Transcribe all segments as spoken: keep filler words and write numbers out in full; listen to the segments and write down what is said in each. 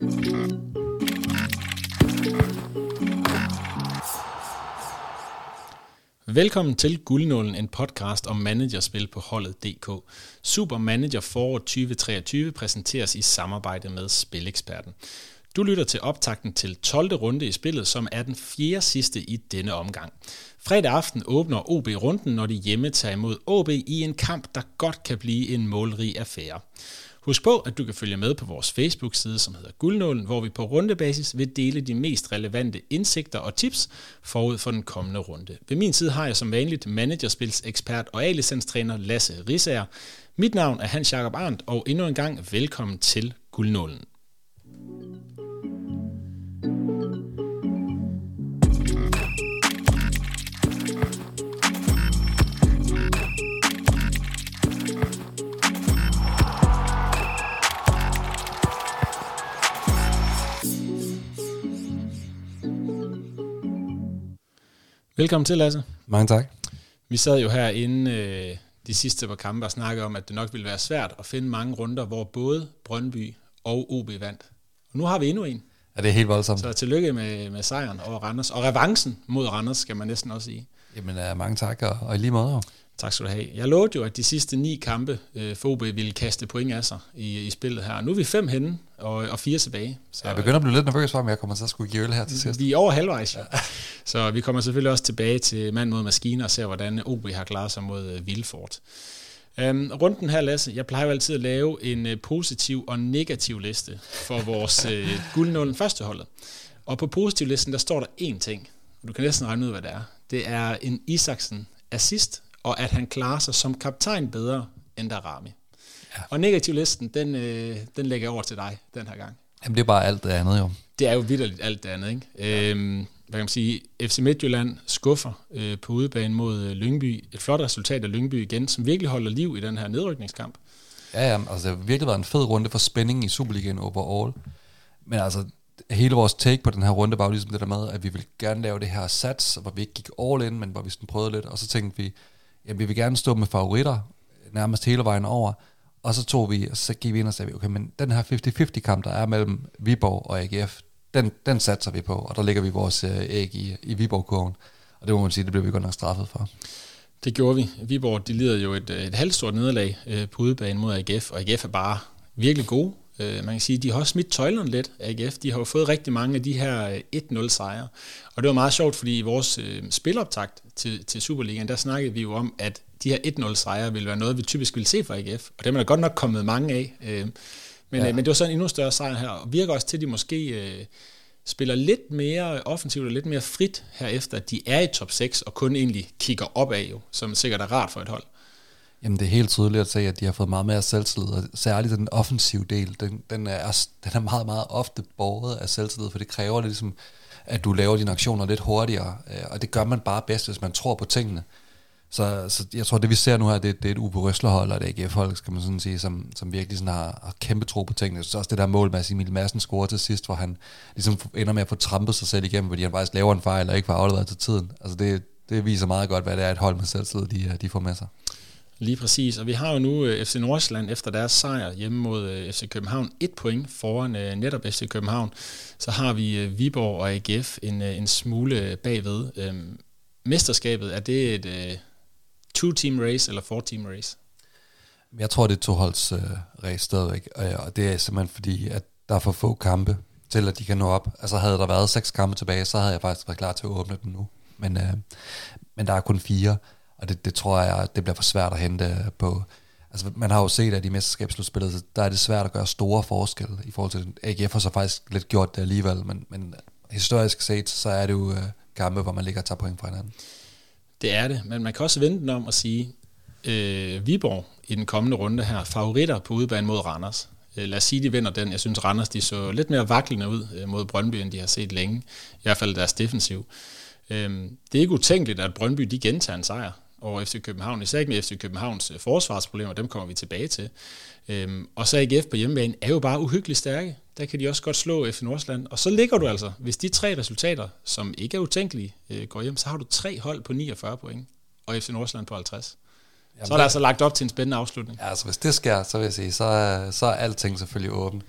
Velkommen til Guldnålen, en podcast om managerspil på holdet punktum d k. Super Manager Forår tyve treogtyve præsenteres i samarbejde med Spileksperten. Du lytter til optakten til tolvte runde i spillet, som er den fjerde sidste i denne omgang. Fredag aften åbner O B runden, når de hjemme tager imod A B i en kamp, der godt kan blive en målrig affære. Husk på, at du kan følge med på vores Facebook-side, som hedder Guldnålen, hvor vi på rundebasis vil dele de mest relevante indsigter og tips forud for den kommende runde. Ved min side har jeg som vanligt managerspilsekspert og A-licenstræner Lasse Risager. Mit navn er Hans Jakob Arndt, og endnu en gang velkommen til Guldnålen. Velkommen til, Lasse. Mange tak. Vi sad jo herinde øh, de sidste par kampe og snakkede om, at det nok ville være svært at finde mange runder, hvor både Brøndby og O B vandt. Og nu har vi endnu en. Ja, det er helt voldsomt. Så tillykke med, med sejren over Randers. Og revancen mod Randers, skal man næsten også sige. Jamen, uh, mange tak, og, og i lige måde. Tak skal du have. Jeg lovede jo, at de sidste ni kampe øh, for O B ville kaste point af sig i, i spillet her. Nu er vi fem henne og, og fire tilbage. Så jeg begynder at blive lidt nervøs for, om jeg kommer til at skulle give øl her til sidst. Vi er over halvvejs. Ja. Så vi kommer selvfølgelig også tilbage til mand mod maskiner og ser, hvordan O B har klaret sig mod uh, Vilfort. Um, runden her, Lasse, jeg plejer jo altid at lave en uh, positiv og negativ liste for vores uh, Guldnålen førsteholdet. Og på positivlisten, der står der én ting. Du kan næsten regne ud, hvad det er. Det er en Isaksen assist, og at han klarer sig som kaptajn bedre end Darami. Ja. Og negativlisten, den, øh, den lægger jeg over til dig den her gang. Jamen, det er bare alt det andet jo. Det er jo vitterligt alt det andet, ikke? Ja. Øhm, hvad kan man sige? F C Midtjylland skuffer øh, på udebane mod øh, Lyngby. Et flot resultat af Lyngby igen, som virkelig holder liv i den her nedrykningskamp. Ja, ja, altså det har virkelig været en fed runde for spændingen i Superligaen overall. Men altså, hele vores take på den her runde var jo ligesom det der med, at vi ville gerne lave det her sats, hvor vi ikke gik all in, men hvor vi sådan prøvede lidt, og så tænkte vi, jamen, vi vil gerne stå med favoritter nærmest hele vejen over, og så tog vi, og så gik vi ind og sagde, okay, men den her halvtreds halvtreds kamp, der er mellem Viborg og A G F, den, den satser vi på, og der ligger vi vores øh, æg i, i Viborg-kurven, og det må man sige, det blev vi godt nok straffet for. Det gjorde vi. Viborg, de lider jo et, et halvstort nederlag øh, på udebane mod A G F, og A G F er bare virkelig gode. Man kan sige, de har også smidt tøjlerne lidt, A G F. De har jo fået rigtig mange af de her et nul sejre. Og det var meget sjovt, fordi i vores øh, spiloptakt til, til Superligaen, der snakkede vi jo om, at de her et nul sejre ville være noget, vi typisk ville se fra A G F. Og dem er der godt nok kommet mange af. Øh, men, ja. øh, men det var så en endnu større sejr her, og virker også til, at de måske øh, spiller lidt mere offensivt og lidt mere frit herefter, at de er i top seks og kun egentlig kigger opad jo, som sikkert er rart for et hold. Jamen, det er helt tydeligt at se, at de har fået meget mere selvtillid, og særligt den offensive del, den, den, er, den er meget, meget ofte båret af selvtillid, for det kræver ligesom, at du laver dine aktioner lidt hurtigere, og det gør man bare bedst, hvis man tror på tingene. Så, så jeg tror, det vi ser nu her, det, det er et Uwe Røsler-hold, og et A G F-hold, skal man sådan sige, som, som virkelig sådan har, har kæmpe tro på tingene. Så også det der mål med Emil Madsen scorer til sidst, hvor han ligesom ender med at få trampet sig selv igennem, fordi han faktisk laver en fejl og ikke var afleveret til tiden. Altså det, det viser meget godt, hvad det er, et hold med selvtillid, de, de får med sig. Lige præcis, og vi har jo nu F C Nordsjælland efter deres sejr hjemme mod F C København et point foran netop F C København. Så har vi Viborg og A G F en, en smule bagved. Øhm, mesterskabet, er det et uh, two-team race eller four-team race? Jeg tror, det er to-holds uh, race stadigvæk, og det er simpelthen fordi, at der er for få kampe til, at de kan nå op. Altså havde der været seks kampe tilbage, så havde jeg faktisk været klar til at åbne dem nu. Men, uh, men der er kun fire. Og det, det tror jeg, det bliver for svært at hente på. Altså, man har jo set, at i mesterskabsslutspillet, der er det svært at gøre store forskelle i forhold til A G F har så faktisk lidt gjort det alligevel, men, men historisk set, så er det jo uh, kampe, hvor man ligger og tager point fra hinanden. Det er det, men man kan også vende den om at sige, øh, Viborg i den kommende runde her, favoritter på udebane mod Randers. Øh, lad os sige, de vinder den. Jeg synes, Randers de så lidt mere vaklende ud øh, mod Brøndby, end de har set længe. I hvert fald deres defensiv. Øh, det er ikke utænkeligt, at Brøndby de gentager en sejr over F C København, især ikke med F C Københavns forsvarsproblemer, dem kommer vi tilbage til. Øhm, og så A G F på hjemmebane er jo bare uhyggeligt stærke. Der kan de også godt slå F C Nordsjælland. Og så ligger du altså, hvis de tre resultater, som ikke er utænkelige, øh, går hjem, så har du tre hold på niogfyrre point, og F C Nordsjælland på halvtreds. Jamen, så er der altså lagt op til en spændende afslutning. Ja, altså hvis det sker, så vil jeg sige, så, så er alting selvfølgelig åbent.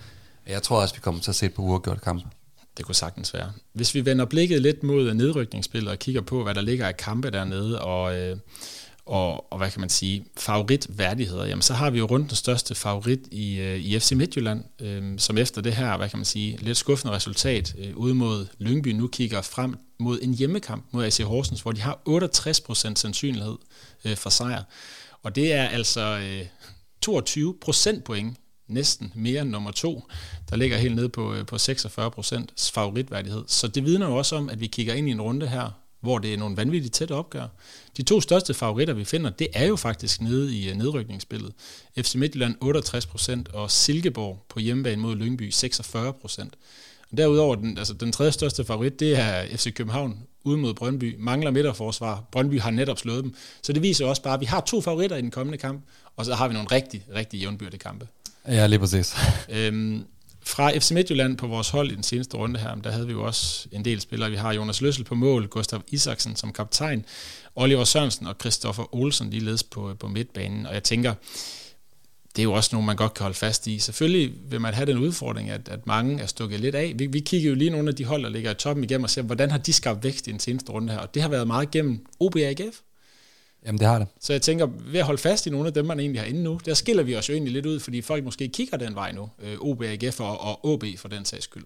Jeg tror også, vi kommer til at se et par uafgjorte kampe. Det kunne sagtens være. Hvis vi vender blikket lidt mod nedrykningsspillet og kigger på, hvad der ligger af kampe dernede, og, øh, og, og hvad kan man sige, favoritværdigheder, jamen så har vi jo rundt den største favorit i, øh, i F C Midtjylland, øh, som efter det her, hvad kan man sige, lidt skuffende resultat øh, ude mod Lyngby, nu kigger frem mod en hjemmekamp mod A C Horsens, hvor de har otteogtres procent sandsynlighed øh, for sejr. Og det er altså øh, toogtyve procentpoint, næsten mere end nummer to, der ligger helt nede på, på seksogfyrre procent favoritværdighed. Så det vidner jo også om, at vi kigger ind i en runde her, hvor det er nogle vanvittigt tætte opgør. De to største favoritter, vi finder, det er jo faktisk nede i nedrykningsspillet. F C Midtjylland otteogtres procent, og Silkeborg på hjemmebane mod Lyngby seksogfyrre procent. Derudover, den, altså den tredje største favorit, det er F C København ude mod Brøndby. Mangler midterforsvar. Brøndby har netop slået dem. Så det viser også bare, at vi har to favoritter i den kommende kamp, og så har vi nogle rigtig, rigtig jævnbyrdige kampe. Ja, lige præcis. Øhm, fra F C Midtjylland på vores hold i den seneste runde her, der havde vi jo også en del spillere. Vi har Jonas Løssel på mål, Gustav Isaksen som kaptajn, Oliver Sørensen og Christoffer Olsen ligeledes på, på midtbanen. Og jeg tænker, det er jo også nogle, man godt kan holde fast i. Selvfølgelig vil man have den udfordring, at, at mange er stukket lidt af. Vi, vi kigger jo lige nogle af de hold, der ligger i toppen igennem og ser, hvordan har de skabt vækst i den seneste runde her. Og det har været meget gennem O B og A G F. Jamen det har det. Så jeg tænker, ved at holde fast i nogle af dem, man egentlig har inde nu, der skiller vi os jo egentlig lidt ud, fordi folk måske kigger den vej nu. O B, A G F og, og O B for den sags skyld.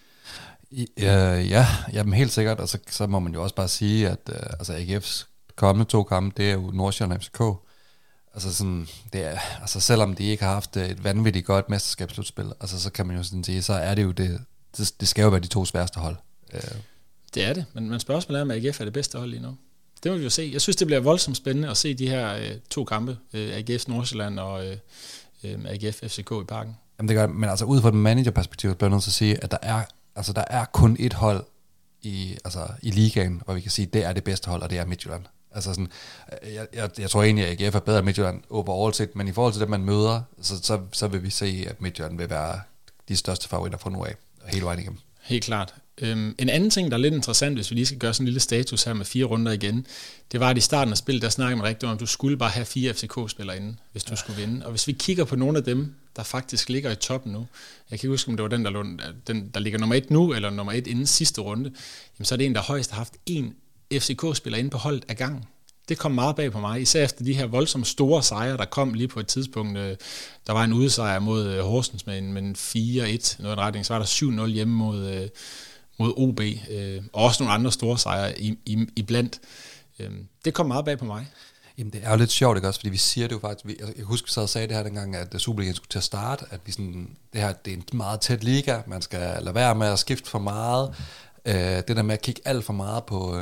Ja, ja jamen helt sikkert. Og så, så må man jo også bare sige, at uh, altså A G F's kommende to kampe, det er jo Nordsjælland og F C K. Altså, sådan, det er, altså selvom de ikke har haft et vanvittigt godt mesterskabsslutspil, altså, så kan man jo sådan sige, så er det jo det, det, det skal jo være de to sværeste hold. Uh. Det er det, men, men spørgsmålet er, om A G F er det bedste hold lige nu. Det må vi jo se. Jeg synes, det bliver voldsomt spændende at se de her øh, to kampe, øh, A G F's Nordsjælland og øh, øh, A G F F C K i Parken. Jamen det gør men altså ud fra et managerperspektiv bliver jeg nødt til at sige, at der er, altså, der er kun et hold i, altså, i ligaen, hvor vi kan sige, at det er det bedste hold, og det er Midtjylland. Altså sådan, jeg, jeg, jeg tror egentlig, at A G F er bedre end Midtjylland overall set, men i forhold til det, man møder, så, så, så vil vi se, at Midtjylland vil være de største favoritter fra nu af, hele vejen igennem. Helt klart. Um, en anden ting, der er lidt interessant, hvis vi lige skal gøre sådan en lille status her med fire runder igen, det var, at i starten af spillet, der snakkede man rigtig om, at du skulle bare have fire F C K-spillere inde, hvis du ja. skulle vinde. Og hvis vi kigger på nogle af dem, der faktisk ligger i toppen nu, jeg kan ikke huske, om det var den, der, lå, den, der ligger nummer et nu, eller nummer et inden sidste runde, jamen, så er det en, der højst har haft en F C K-spiller inde på holdet ad gangen. Det kom meget bag på mig, især efter de her voldsomt store sejre, der kom lige på et tidspunkt. Der var en udesejr mod Horsens med en, med en fire et, noget i retning, så var der syv nul hjemme mod, mod O B, og også nogle andre store sejre i, i, i blandt. Det kom meget bag på mig. Jamen det er jo lidt sjovt, ikke også, fordi vi siger det jo faktisk, vi, jeg husker, vi sad og sagde det her dengang, at Superligaen skulle til at starte, at vi sådan, det her, det er en meget tæt liga, man skal lade være med at skifte for meget, det der med at kigge alt for meget på,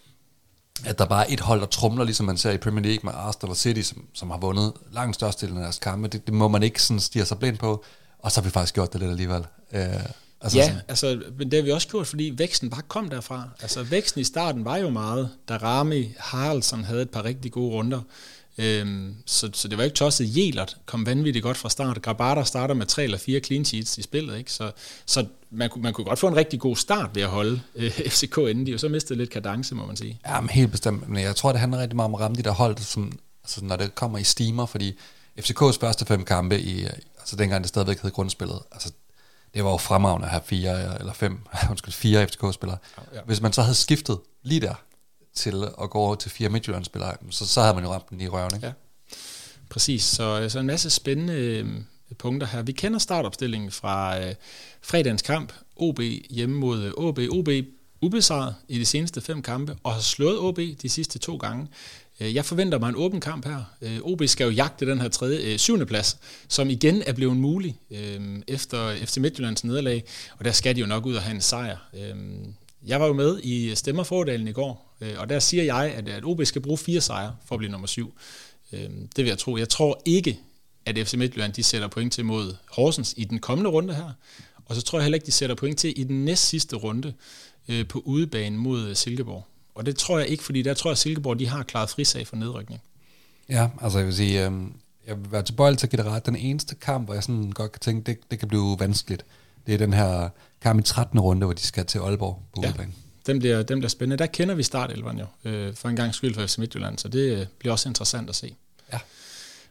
at der bare er et hold, der trumler, ligesom man ser i Premier League med Arsenal og City, som, som har vundet langt størstedelen af deres kampe. Det, det må man ikke sådan stirre sig blind på, og så har vi faktisk gjort det lidt alligevel. Øh, altså ja, sådan. altså, men det har vi også gjort, fordi væksten bare kom derfra. Altså væksten i starten var jo meget, da Rami Haraldsson havde et par rigtig gode runder. Øhm, så, så det var ikke tosset. Jelert kom vanvittigt godt fra start. Grabara starter med tre eller fire clean sheets i spillet, ikke? Så, så man, man kunne godt få en rigtig god start ved at holde øh, F C K inden. De jo så mistede lidt kadence, må man sige. Ja, men helt bestemt. Men jeg tror, det handler rigtig meget om at ramme de der hold, som, altså, når det kommer i steamer, fordi F C K's første fem kampe, i, altså dengang det stadigvæk hed grundspillet, altså det var jo fremragende at have fire eller fem, undskyld, fire F C K-spillere. Ja, ja. Hvis man så havde skiftet lige der, til at gå over til fire Midtjylland-spillere, så, så havde man jo ramt den i røven, ikke? Ja, præcis. Så, så en masse spændende øh, punkter her. Vi kender startopstillingen fra øh, fredagens kamp. O B hjemme mod O B. O B ubesejret i de seneste fem kampe, og har slået O B de sidste to gange. Jeg forventer mig en åben kamp her. O B skal jo jagte den her tredje, øh, syvende plads, som igen er blevet mulig øh, efter F C Midtjyllands nederlag, og der skal de jo nok ud og have en sejr. Øh, Jeg var jo med i Stemmer Fordalen i går, og der siger jeg, at O B skal bruge fire sejre for at blive nummer syv. Det vil jeg tro. Jeg tror ikke, at F C Midtjylland de sætter point til mod Horsens i den kommende runde her, og så tror jeg heller ikke, de sætter point til i den næst sidste runde på udebane mod Silkeborg. Og det tror jeg ikke, fordi der tror jeg, at Silkeborg de har klaret frisag for nedrykning. Ja, altså jeg vil sige, øh, jeg vil være tilbøjelig til at give det ret. Den eneste kamp, hvor jeg sådan godt kan tænke, det, det kan blive vanskeligt, det er den her kamp i trettende runde, hvor de skal til Aalborg på ja, udebane. Den bliver, den bliver spændende. Der kender vi startelveren jo, øh, for en gang skyld for F C Midtjylland, så det øh, bliver også interessant at se. Ja.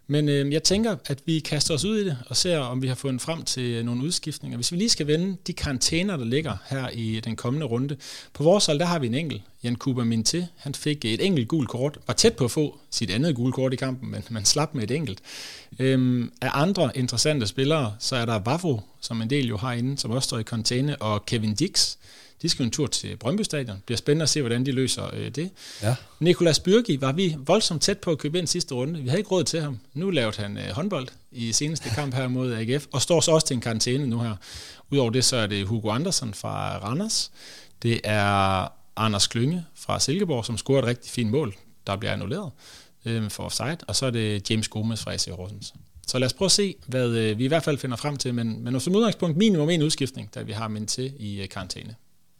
Men øh, jeg tænker, at vi kaster os ud i det og ser, om vi har fundet frem til nogle udskiftninger. Hvis vi lige skal vende de karantæner, der ligger her i den kommende runde. På vores hold, der har vi en enkelt. Jan Kuba Minté, han fik et enkelt gult kort. Var tæt på at få sit andet gule kort i kampen, men man slap med et enkelt. Øhm, af andre interessante spillere, så er der Vavro, som en del jo har inde, som også står i karantæne, og Kevin Dix. De skal en tur til Brøndby Stadion. Det bliver spændende at se, hvordan de løser øh, det. Ja. Nicolas Bürgi var vi voldsomt tæt på at købe ind sidste runde. Vi havde ikke råd til ham. Nu lavede han øh, håndbold i seneste kamp her mod A G F, og står så også til en karantæne nu her. Udover det, så er det Hugo Andersen fra Randers. Det er Anders Klynge fra Silkeborg, som scorede et rigtig fint mål, der bliver annulleret øh, for offside. Og så er det James Gomes fra A C Horsens. Så lad os prøve at se, hvad øh, vi i hvert fald finder frem til. Men, men som udgangspunkt minimum en udskiftning, da vi har Minté i øh, karantæne.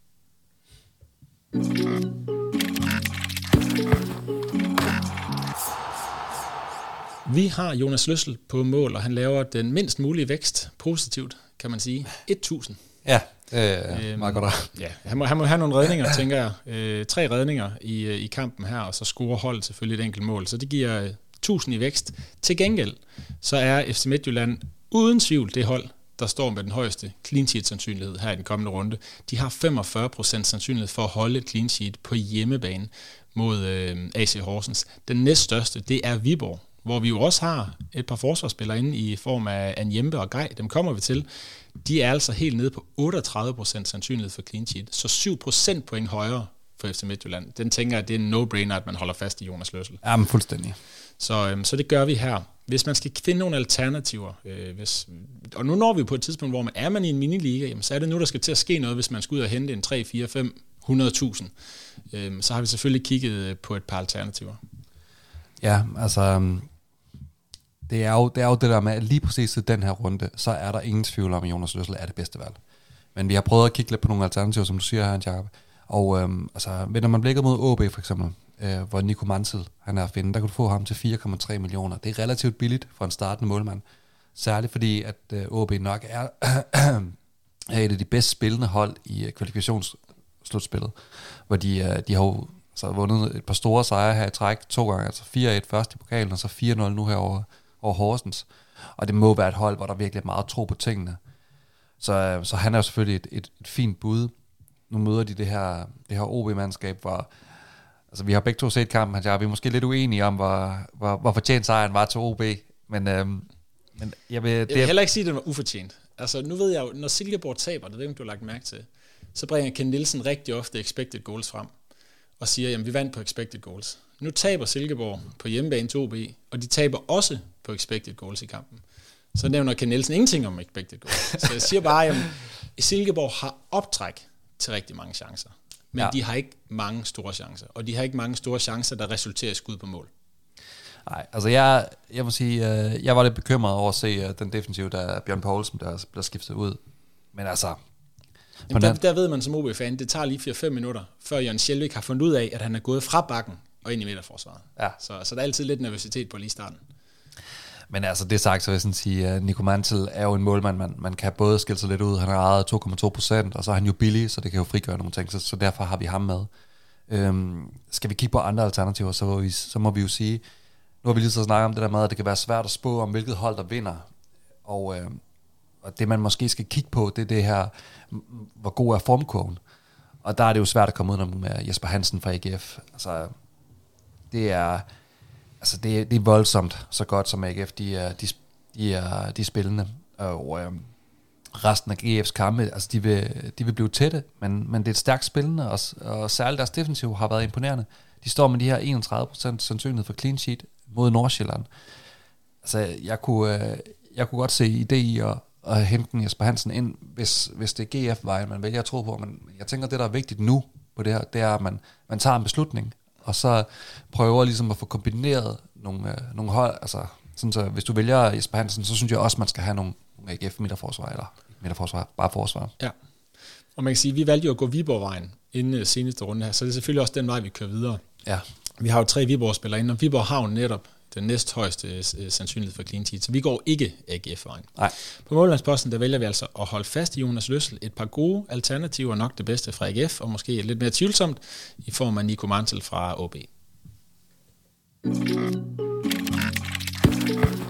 Vi har Jonas Løssel på mål, og han laver den mindst mulige vækst, positivt, kan man sige, tusind. Ja, det er øhm, meget godt. Ja, han må, han må have nogle redninger, tænker jeg. Øh, tre redninger i, i kampen her, og så scorer holdet selvfølgelig et enkelt mål. Så det giver tusind i vækst. Til gengæld, så er F C Midtjylland uden tvivl det hold, der står med den højeste clean sheet sandsynlighed her i den kommende runde. De har femogfyrre procent sandsynlighed for at holde et clean sheet på hjemmebane mod øh, A C Horsens. Den næststørste, det er Viborg, hvor vi jo også har et par forsvarsspillere inde i form af Anjembe og Gej. Dem kommer vi til. De er altså helt nede på otteogtredive procent sandsynlighed for clean sheet, så syv procentpoint højere for F C Midtjylland. Den tænker jeg, at det er en no-brainer, at man holder fast i Jonas Løssel. Ja, men fuldstændig. Så, øhm, så det gør vi her. Hvis man skal finde nogle alternativer, øh, hvis, og nu når vi på et tidspunkt, hvor man er man i en miniliga, jamen, så er det nu, der skal til at ske noget, hvis man skal ud og hente en tre, fire, fem hundrede tusind. Øhm, så har vi selvfølgelig kigget på et par alternativer. Ja, altså det er jo det, er jo det der med, at lige præcis i den her runde, så er der ingen tvivl om, at Jonas Løssel er det bedste valg. Men vi har prøvet at kigge lidt på nogle alternativer, som du siger her, Hans Jakob. Og øhm, altså, når man blikket mod O B for eksempel, øh, hvor Nico Mansell han er at finde, der kan du få ham til fire komma tre millioner. Det er relativt billigt for en startende målmand. Særligt fordi, at øh, O B nok er, er et af de bedst spillende hold i øh, kvalifikationsslutspillet, hvor de, øh, de har jo så vundet et par store sejre her i træk to gange, altså fire et først i pokalen, og så fire nul nu her over, over Horsens. Og det må være et hold, hvor der virkelig er meget tro på tingene. Så, øh, så han er jo selvfølgelig et, et, et fint bud. Nu møder de det her, det her O B-mandskab, hvor altså, vi har begge to set kampen, Hans Jakob. Vi er måske lidt uenige om, hvor, hvor, hvor fortjent sejren var til O B, men, øhm, men jeg vil... Jeg vil det, heller ikke sige, at den var ufortjent. Altså, nu ved jeg jo, når Silkeborg taber, det ved jeg, du har lagt mærke til, så bringer Ken Nielsen rigtig ofte expected goals frem, og siger, jamen, vi vandt på expected goals. Nu taber Silkeborg på hjemmebane til O B, og de taber også på expected goals i kampen. Så nævner Ken Nielsen ingenting om expected goals. Så jeg siger bare, at Silkeborg har optræk til rigtig mange chancer. Men ja. De har ikke mange store chancer, og de har ikke mange store chancer, der resulterer i skud på mål. Nej, altså jeg, jeg må sige, øh, jeg var lidt bekymret over at se uh, den defensive, der er Bjørn Poulsen, der bliver skiftet ud. Men altså... Jamen, der, der ved man som O B-fan, det tager lige fire fem minutter, før Jørgen Skjelvik har fundet ud af, at han er gået fra bakken og ind i midterforsvaret. Ja. Så, så der er altid lidt nervøsitet på lige starten. Men altså det sagt, så vil jeg sådan sige, at Nico Mansell er jo en målmand, man, man kan både skille sig lidt ud. Han har ejet to komma to procent, og så er han jo billig, så det kan jo frigøre nogle ting, så, så derfor har vi ham med. Øhm, skal vi kigge på andre alternativer, så må, vi, så må vi jo sige, nu har vi lige så snakket om det der med, at det kan være svært at spå om, hvilket hold der vinder. Og, øh, og det man måske skal kigge på, det er det her, hvor god er formkurven. Og der er det jo svært at komme ud med Jesper Hansen fra A G F. Altså, det er... Altså det, det er voldsomt, så godt som A G F, de er, de, de er, de er spillende, og øhm, resten af G F's kampe, altså de vil, de vil blive tætte, men, men det er et stærkt spillende, og, og særligt deres defensiv har været imponerende. De står med de her enogtredive procent sandsynlighed for clean sheet mod Nordsjælland. Altså jeg kunne, øh, jeg kunne godt se idé i at, at hente Jesper Hansen ind, hvis, hvis det er G F-vejen, man vælger at tro på, men jeg tænker, det der er vigtigt nu på det her, det er, at man, man tager en beslutning, og så prøver ligesom at få kombineret nogle, øh, nogle hold, altså sådan så hvis du vælger Jesper Hansen, så synes jeg også, man skal have nogle, nogle A G F midterforsvar, eller midterforsvar, bare forsvar. Ja, og man kan sige, at vi valgte jo at gå Viborg-vejen inden seneste runde her, så det er selvfølgelig også den vej, vi kører videre. Ja. Vi har jo tre Viborg-spillere inde, og Viborg har jo netop den næsthøjeste sandsynlighed for clean sheet, så vi går ikke A G F-vejen. Nej. På målmandsposten, der vælger vi altså at holde fast i Jonas Løssel. Et par gode alternativer, nok det bedste fra A G F, og måske lidt mere tvivlsomt i form af Nico Mansell fra O B.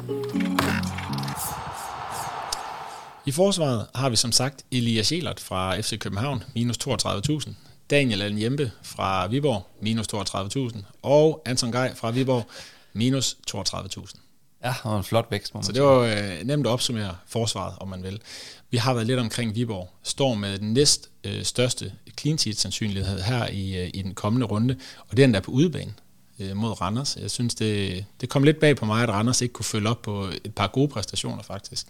I forsvaret har vi som sagt Elias Jelert fra F C København, minus toogtredive tusind. Daniel Allen-Jempe fra Viborg, minus toogtredive tusind. Og Anton Gej fra Viborg, minus toogtredive tusind. Ja, og en flot vækst, må man Så det var øh, nemt at opsummere forsvaret, om man vil. Vi har været lidt omkring Viborg. Står med den næst øh, største clean sheet sandsynlighed her i, øh, i den kommende runde. Og det er endda på udebane øh, mod Randers. Jeg synes, det, det kom lidt bag på mig, at Randers ikke kunne følge op på et par gode præstationer faktisk.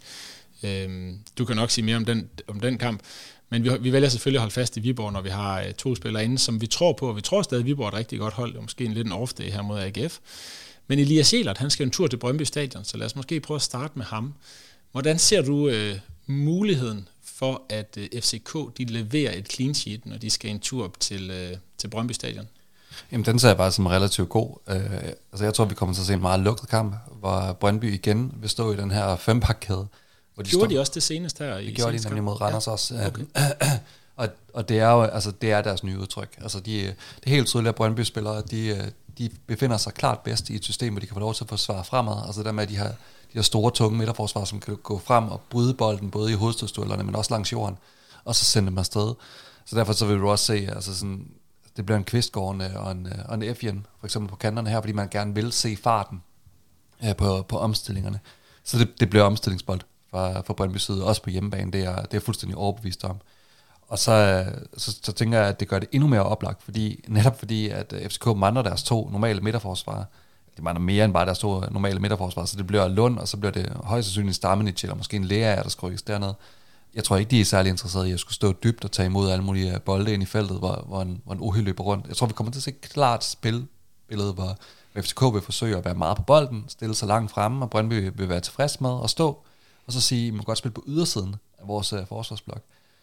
Øh, du kan nok sige mere om den, om den kamp. Men vi, vi vælger selvfølgelig at holde fast i Viborg, når vi har øh, to spillere inde, som vi tror på. Og vi tror stadig, at Viborg er et rigtig godt hold. Det er måske en lidt en off-day her mod A G F. Men Elias Jelert, han skal en tur til Brøndby Stadion, så lad os måske prøve at starte med ham. Hvordan ser du øh, muligheden for, at øh, F C K de leverer et clean sheet, når de skal en tur op til, øh, til Brøndby Stadion? Jamen, den ser jeg bare som relativt god. Øh, altså, jeg tror, vi kommer til at se en meget lukket kamp, hvor Brøndby igen vil stå i den her fempakkæde. Hvor de gjorde står... de også det seneste her? Det i gjorde de nemlig mod Randers ja. også. Okay. og, og det er jo altså, det er deres nye udtryk. Altså, de, det er helt tydeligt, at Brøndby-spillere, de, de befinder sig klart bedst i et system, hvor de kan få lov til at forsvare fremad. Altså der med, at de har de her store, tunge midterforsvar, som kan gå frem og bryde bolden, både i hovedstødstuellerne, men også langs jorden, og så sende dem afsted. Så derfor så vil du også se, altså sådan, det bliver en Kvistgården og en, og en Efjen, for eksempel på kanterne her, fordi man gerne vil se farten øh, på, på omstillingerne. Så det, det bliver omstillingsbold fra, fra Brøndby side, også på hjemmebane, det er, det er fuldstændig overbevist om. Og så, så, så tænker jeg, at det gør det endnu mere oplagt, fordi, netop fordi, at F C K mangler deres to normale midterforsvarer. De mangler mere end bare deres to normale midterforsvarer, så det bliver Lund, og så bliver det højst sandsynligt Stamenic, eller måske en Lea, der skal rykkes dernede. Jeg tror ikke, de er særlig interesserede i at skulle stå dybt og tage imod alle mulige bolde ind i feltet, hvor, hvor en, hvor en uhyld løber rundt. Jeg tror, vi kommer til at se et klart spilbillede, hvor F C K vil forsøge at være meget på bolden, stille sig langt fremme, og Brøndby vil være tilfreds med at stå, og så sige, at vi må godt spille på ydersiden af vores uh, forsvarsblok.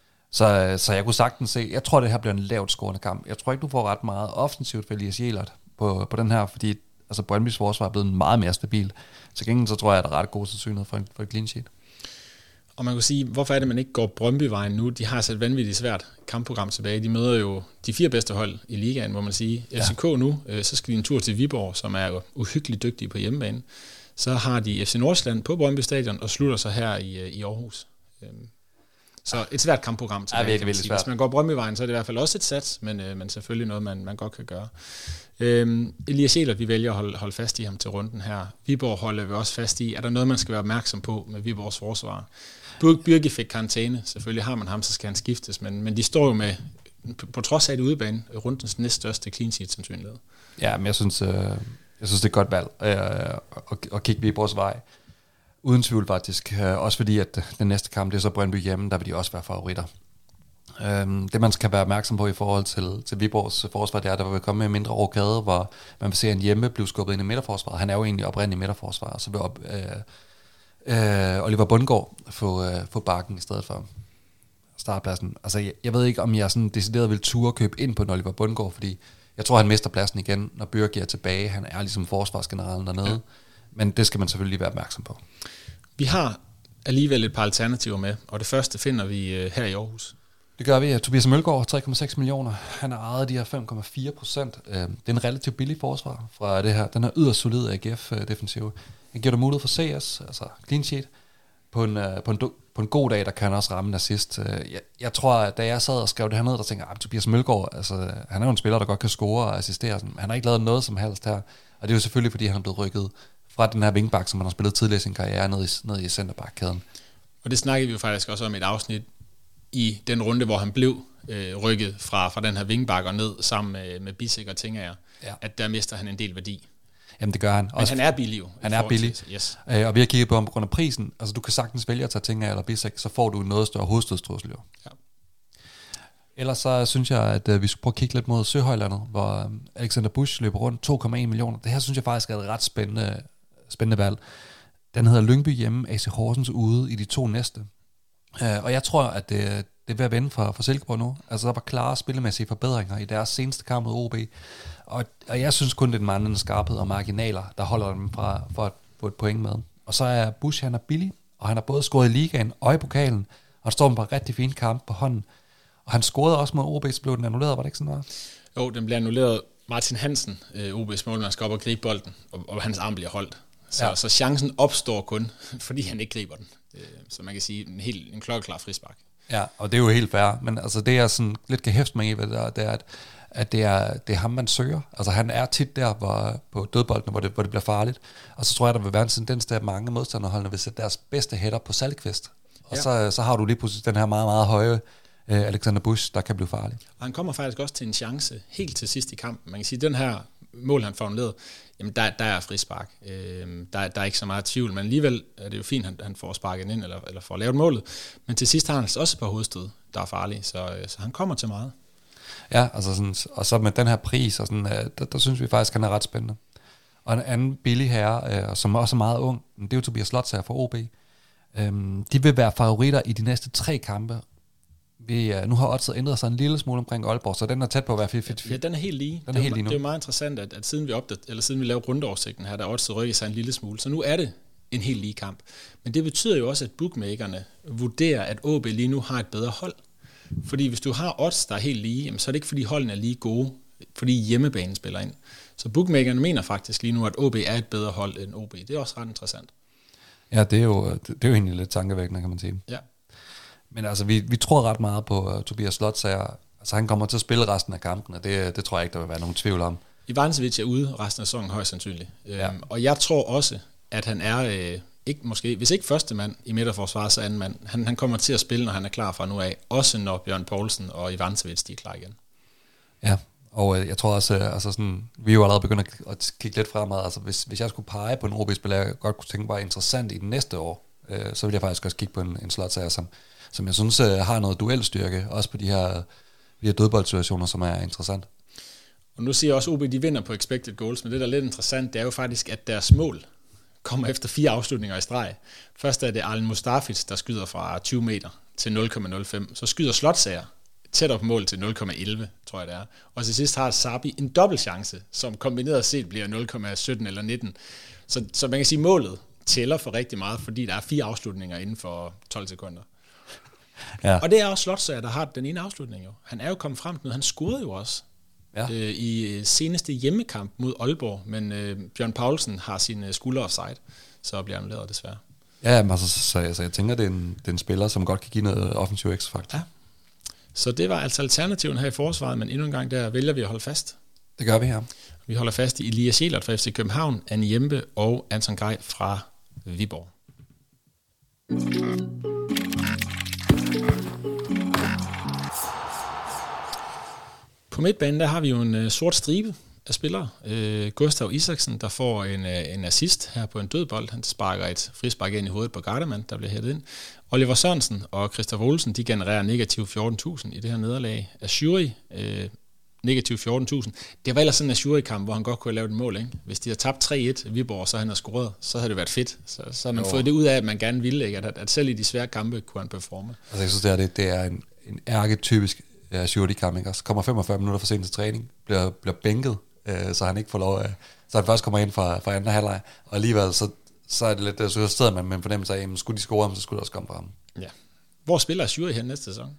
Så, så jeg kunne sagtens se, jeg tror, det her bliver en lavt scorende kamp. Jeg tror ikke, du får ret meget offensivt for Elias Jelert på, på den her, fordi altså Brøndbys forsvar er blevet meget mere stabil. Til gengæld så tror jeg, at der er ret god sandsynlighed for, for et clean sheet. Og man kan sige, hvorfor er det, man ikke går Brøndby-vejen nu? De har altså et vanvittigt svært kampprogram tilbage. De møder jo de fire bedste hold i ligaen, må man sige. F C K ja. nu, øh, så skal de en tur til Viborg, som er jo uhyggeligt dygtige på hjemmebane. Så har de F C Nordsjælland på Brøndby Stadion og slutter sig her i, i Aarhus. Så et svært kampprogram tilbage, ja, virkelig, virkelig svært. Hvis man går Brøndbyvejen, så er det i hvert fald også et sats, men, øh, men selvfølgelig noget, man, man godt kan gøre. Øhm, Elias Jelert, vi vælger at holde, holde fast i ham til runden her. Viborg holder vi også fast i. Er der noget, man skal være opmærksom på med Viborgs forsvar? Birke fik karantæne. Selvfølgelig har man ham, så skal han skiftes, men, men de står jo med, på, på trods af det udebane, rundens næststørste clean sheet sandsynlighed. Ja, men jeg synes, øh, jeg synes det er et godt valg øh, at, at kigge Viborgs vej. Uden tvivl faktisk. Også fordi, at den næste kamp, det er så Brøndby hjemme, der vil de også være favoritter. Øhm, det man skal være opmærksom på i forhold til, til Viborgs forsvar, det er, at der vil komme med mindre rokade, hvor man vil se en hjemme blive skubbet ind i midterforsvaret. Han er jo egentlig oprindelig midterforsvar, så vil op, øh, øh, Oliver Bundgaard få, øh, få bakken i stedet for startpladsen. Altså, jeg, jeg ved ikke, om jeg sådan decideret vil ture købe ind på en Oliver Bundgaard, fordi jeg tror, han mister pladsen igen, når Birke er tilbage. Han er ligesom forsvarsgeneralen dernede. Ja. Men det skal man selvfølgelig være opmærksom på. Vi har alligevel et par alternativer med, og det første finder vi øh, her i Aarhus. Det gør vi. Tobias Mølgaard, tre komma seks millioner. Han har ejet de her fem komma fire procent. Det er en relativt billig forsvar fra det her. Den her yderst solide A G F-defensiv. Han giver dig mulighed for C S, altså clean sheet. På en, på en, på en god dag, der kan han også ramme en assist. Jeg, jeg tror, at da jeg sad og skrev det her ned, der tænkte jeg, at Tobias Mølgaard, altså, han er jo en spiller, der godt kan score og assistere. Han har ikke lavet noget som helst her. Og det er jo selvfølgelig, fordi han er blevet rykket fra den her wingback, som han har spillet tidligere i sin karriere, ned i, ned i centerback-kæden. Og det snakkede vi jo faktisk også om et afsnit i den runde, hvor han blev øh, rykket fra, fra den her wingback og ned sammen med, med Bissek og Tingager, ja. At der mister han en del værdi. Jamen det gør han. Men også, han er billig jo. Han er billig. Yes. Øh, og vi har kigget på ham på grund af prisen. Altså du kan sagtens vælge at tage Tingager eller Bissek, så får du noget større hovedstødstrussel jo. Ja. Ellers så synes jeg, at uh, vi skulle prøve at kigge lidt mod Søhøjlandet, hvor um, Alexander Busch løber rundt to komma en millioner. Det her synes jeg faktisk er et ret spændende, spændende valg. Den hedder Lyngby hjemme, A C Horsens ude i de to næste. Uh, og jeg tror, at det, det er ved at vende for, for Silkeborg nu. Altså der var klare spillemæssige forbedringer i deres seneste kamp mod O B. Og, og jeg synes kun, det er den manglende skarphed og marginaler, der holder dem fra for at få et point med. Og så er Busch, han er billig, og han har både scoret i ligaen og i pokalen, og han står med en rigtig fin kamp på hånden. Og han scorede også mod O B, så blev den annulleret, var det ikke sådan noget? Jo, den blev annulleret. Martin Hansen, øh, O B's målmand, skal op og gribe bolden, og, og hans arm bliver holdt. Så, ja. så chancen opstår kun, fordi han ikke griber den. Så man kan sige, en helt en klokkeklar frispark. Ja, og det er jo helt fair, men altså det, jeg sådan lidt kan hæfte mig i, hvad det er, det er, at, at det, er, det er ham, man søger. Altså han er tit der hvor, på dødboldene, hvor det, hvor det bliver farligt. Og så tror jeg, der vil være en tendens til, at mange modstanderholdene vil sætte deres bedste hætter på Salkvist. Og ja. så, så har du lige pludselig den her meget, meget høje øh, Alexander Busch, der kan blive farlig. Og han kommer faktisk også til en chance helt til sidst i kampen. Man kan sige, at den her mål, han formulerede, jamen der, der er frispark. Øh, der, der er ikke så meget tvivl, men alligevel er det jo fint, at han, han får sparket ind, eller, eller får lavet målet. Men til sidst har han også et par hovedstød, der er farlige, så, så han kommer til meget. Ja, altså sådan, og så med den her pris, og sådan, der, der synes vi faktisk, han er ret spændende. Og en anden billig herre, øh, som også er meget ung, det er jo Tobias Slotsager fra O B. Øhm, de vil være favoritter i de næste tre kampe. Vi, uh, nu har oddset ændret sig en lille smule omkring Aalborg, så den er tæt på at være fifty fifty. Ja, den er helt lige. Den det, er helt lige nu. Det er jo meget interessant, at, at siden vi opdat, eller siden vi lavede rundeoversigten her, der oddset rykket sig en lille smule. Så nu er det en helt lige kamp. Men det betyder jo også, at bookmakerne vurderer, at O B lige nu har et bedre hold. Fordi hvis du har odds, der er helt lige, jamen, så er det ikke, fordi holdene er lige gode, fordi hjemmebanen spiller ind. Så bookmakerne mener faktisk lige nu, at O B er et bedre hold end O B. Det er også ret interessant. Ja, det er jo, det er jo egentlig lidt tankevækkende, kan man sige. Ja. Men altså, vi, vi tror ret meget på uh, Tobias Slotsager. Altså, han kommer til at spille resten af kampen, og det, det tror jeg ikke, der vil være nogen tvivl om. Ivanovic er ude resten af sæsonen højst sandsynligt. Ja. Øhm, og jeg tror også, at han er, øh, ikke måske, hvis ikke første mand i midterforsvaret, så anden mand. Han, han kommer til at spille, når han er klar fra nu af. Også når Bjørn Poulsen og Ivanovic, de er klar igen. Ja, og øh, jeg tror også, øh, altså sådan, vi er jo allerede begyndt at, at kigge lidt fremad. Altså, hvis, hvis jeg skulle pege på en O B-spiller, jeg godt kunne tænke mig interessant i den næste år, øh, så vil jeg faktisk også kigge på en, en Slotsager, som som jeg synes uh, har noget duelstyrke, også på de her, de her dødboldsituationer, som er interessant. Og nu siger jeg også, at O B de vinder på expected goals, men det, der er lidt interessant, det er jo faktisk, at deres mål kommer efter fire afslutninger i streg. Først er det Arlen Mustafic, der skyder fra tyve meter til nul komma nul fem. Så skyder Slotsager tæt op mål til nul komma elleve, tror jeg det er. Og til sidst har Sabi en dobbelt chance, som kombineret set bliver nul komma sytten eller nitten. Så, så man kan sige, at målet tæller for rigtig meget, fordi der er fire afslutninger inden for tolv sekunder. Ja. Og det er også Slotsager, der har den ene afslutning jo. Han er jo kommet frem til noget. Han scorede jo også ja. øh, i seneste hjemmekamp mod Aalborg, men øh, Bjørn Poulsen har sine skuldre offside, så bliver han annulleret desværre. Ja, men altså, så, så, så jeg tænker, det er, en, det er en spiller, som godt kan give noget offensiv X-faktor. Ja. Så det var altså alternativen her i forsvaret, men endnu en gang der vælger vi at holde fast. Det gør vi her. Vi holder fast i Elias Sjælert fra F C København, Anne Jempe og Anton Gej fra Viborg. På midtbanen, der har vi jo en uh, sort stribe af spillere. Uh, Gustav Isaksen, der får en, uh, en assist her på en dødbold. Han sparker et frispark ind i hovedet på Garderman, der bliver hættet ind. Oliver Sørensen og Christoph Olsen, de genererer negativ fjorten tusind i det her nederlag. Ashuri, uh, negativ fjorten tusind. Det var ellers sådan en Ashuri-kamp, hvor han godt kunne have lavet et mål, ikke? Hvis de har tabt tre et Viborg, så han har scoret, så havde det været fedt. Så, så har man jo fået det ud af, at man gerne ville, ikke? At, at selv i de svære kampe kunne han performe. Altså jeg synes, det er, det, det er en, en ærketypisk ja, Ashuri-kamp, ikke? Så kommer femogfyrre minutter for sent til træning, bliver, bliver bænket, øh, så han ikke får lov af, så han først kommer ind fra, fra anden halvleg, og alligevel så, så er det lidt, så sidder man med en fornemmelse af, at skulle de score ham, så skulle det også komme fra ham. Ja. Hvor spiller Ashuri her næste sæson?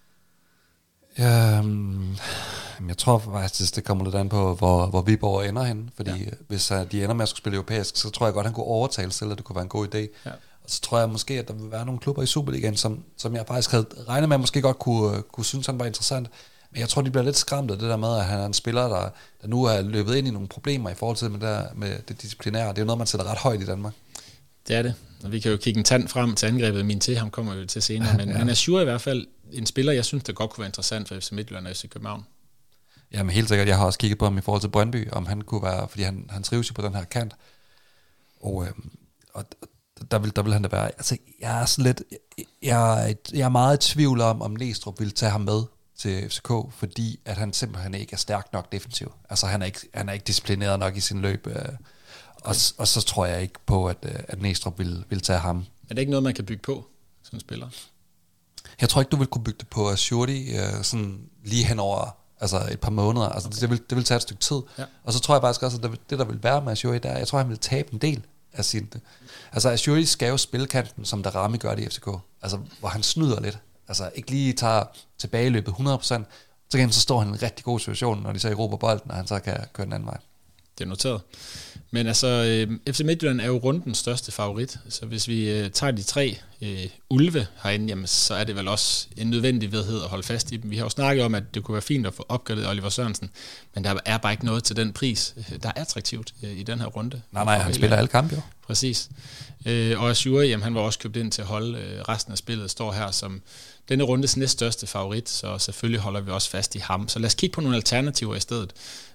Ja, um, jeg tror faktisk, det kommer lidt an på, hvor, hvor Viborg ender hen, fordi ja. hvis uh, de ender med at skulle spille europæisk, så tror jeg godt, han kunne overtale selv, at det kunne være en god idé. Ja. Og så tror jeg måske, at der vil være nogle klubber i Superligaen, som, som jeg faktisk havde regnet med, at måske godt kunne, kunne synes, han var interessant. Men jeg tror, de bliver lidt skræmt af det der med, at han er en spiller, der, der nu er løbet ind i nogle problemer i forhold til med, der, med det disciplinære. Det er jo noget, man sætter ret højt i Danmark. Det er det. Og vi kan jo kigge en tand frem til angrebet. Min til ham kommer jo til senere. Men, ja. men Ashuri i hvert fald en spiller, jeg synes, der godt kunne være interessant for F C Midtjylland og F C København. Jamen helt sikkert. Jeg har også kigget på ham i forhold til Brøndby, om han kunne være, fordi han, han trives jo på den her kant. Og, øhm, og der, vil, der vil han da være. Altså, jeg er sådan lidt, jeg, jeg er meget i tvivl om, om Næstrup vil tage ham med til F C K, fordi at han simpelthen ikke er stærk nok defensiv. Altså han er ikke, han er ikke disciplineret nok i sin løb. Øh, og, og så tror jeg ikke på, at, at Næstrup vil, vil tage ham. Er det ikke noget, man kan bygge på, som spiller? Jeg tror ikke, du vil kunne bygge det på Ashuri øh, sådan lige henover altså et par måneder. Altså okay. det, vil, det vil tage et stykke tid. Ja. Og så tror jeg faktisk også, at det, det der vil være med Ashuri, der, jeg tror, han vil tabe en del af sin... Altså Ashuri skal jo spille kanten, som Darami gør det i F C K. Altså hvor han snyder lidt. Altså ikke lige tager tilbageløbet hundrede procent. Så kan han så står han i en rigtig god situation, når de så erobrer bolden, og han så kan køre den anden vej. Det er noteret. Men altså, øh, F C Midtjylland er jo rundens største favorit, så hvis vi øh, tager de tre øh, ulve herinde, jamen, så er det vel også en nødvendighed at holde fast i dem. Vi har jo snakket om, at det kunne være fint at få opgraderet Oliver Sørensen, men der er bare ikke noget til den pris, der er attraktivt øh, i den her runde. Nej, nej, han spiller alle kampe jo. Præcis. Øh, og Azure, jamen, han var også købt ind til at holde øh, resten af spillet, står her som denne rundes næststørste favorit, så selvfølgelig holder vi også fast i ham. Så lad os kigge på nogle alternativer i stedet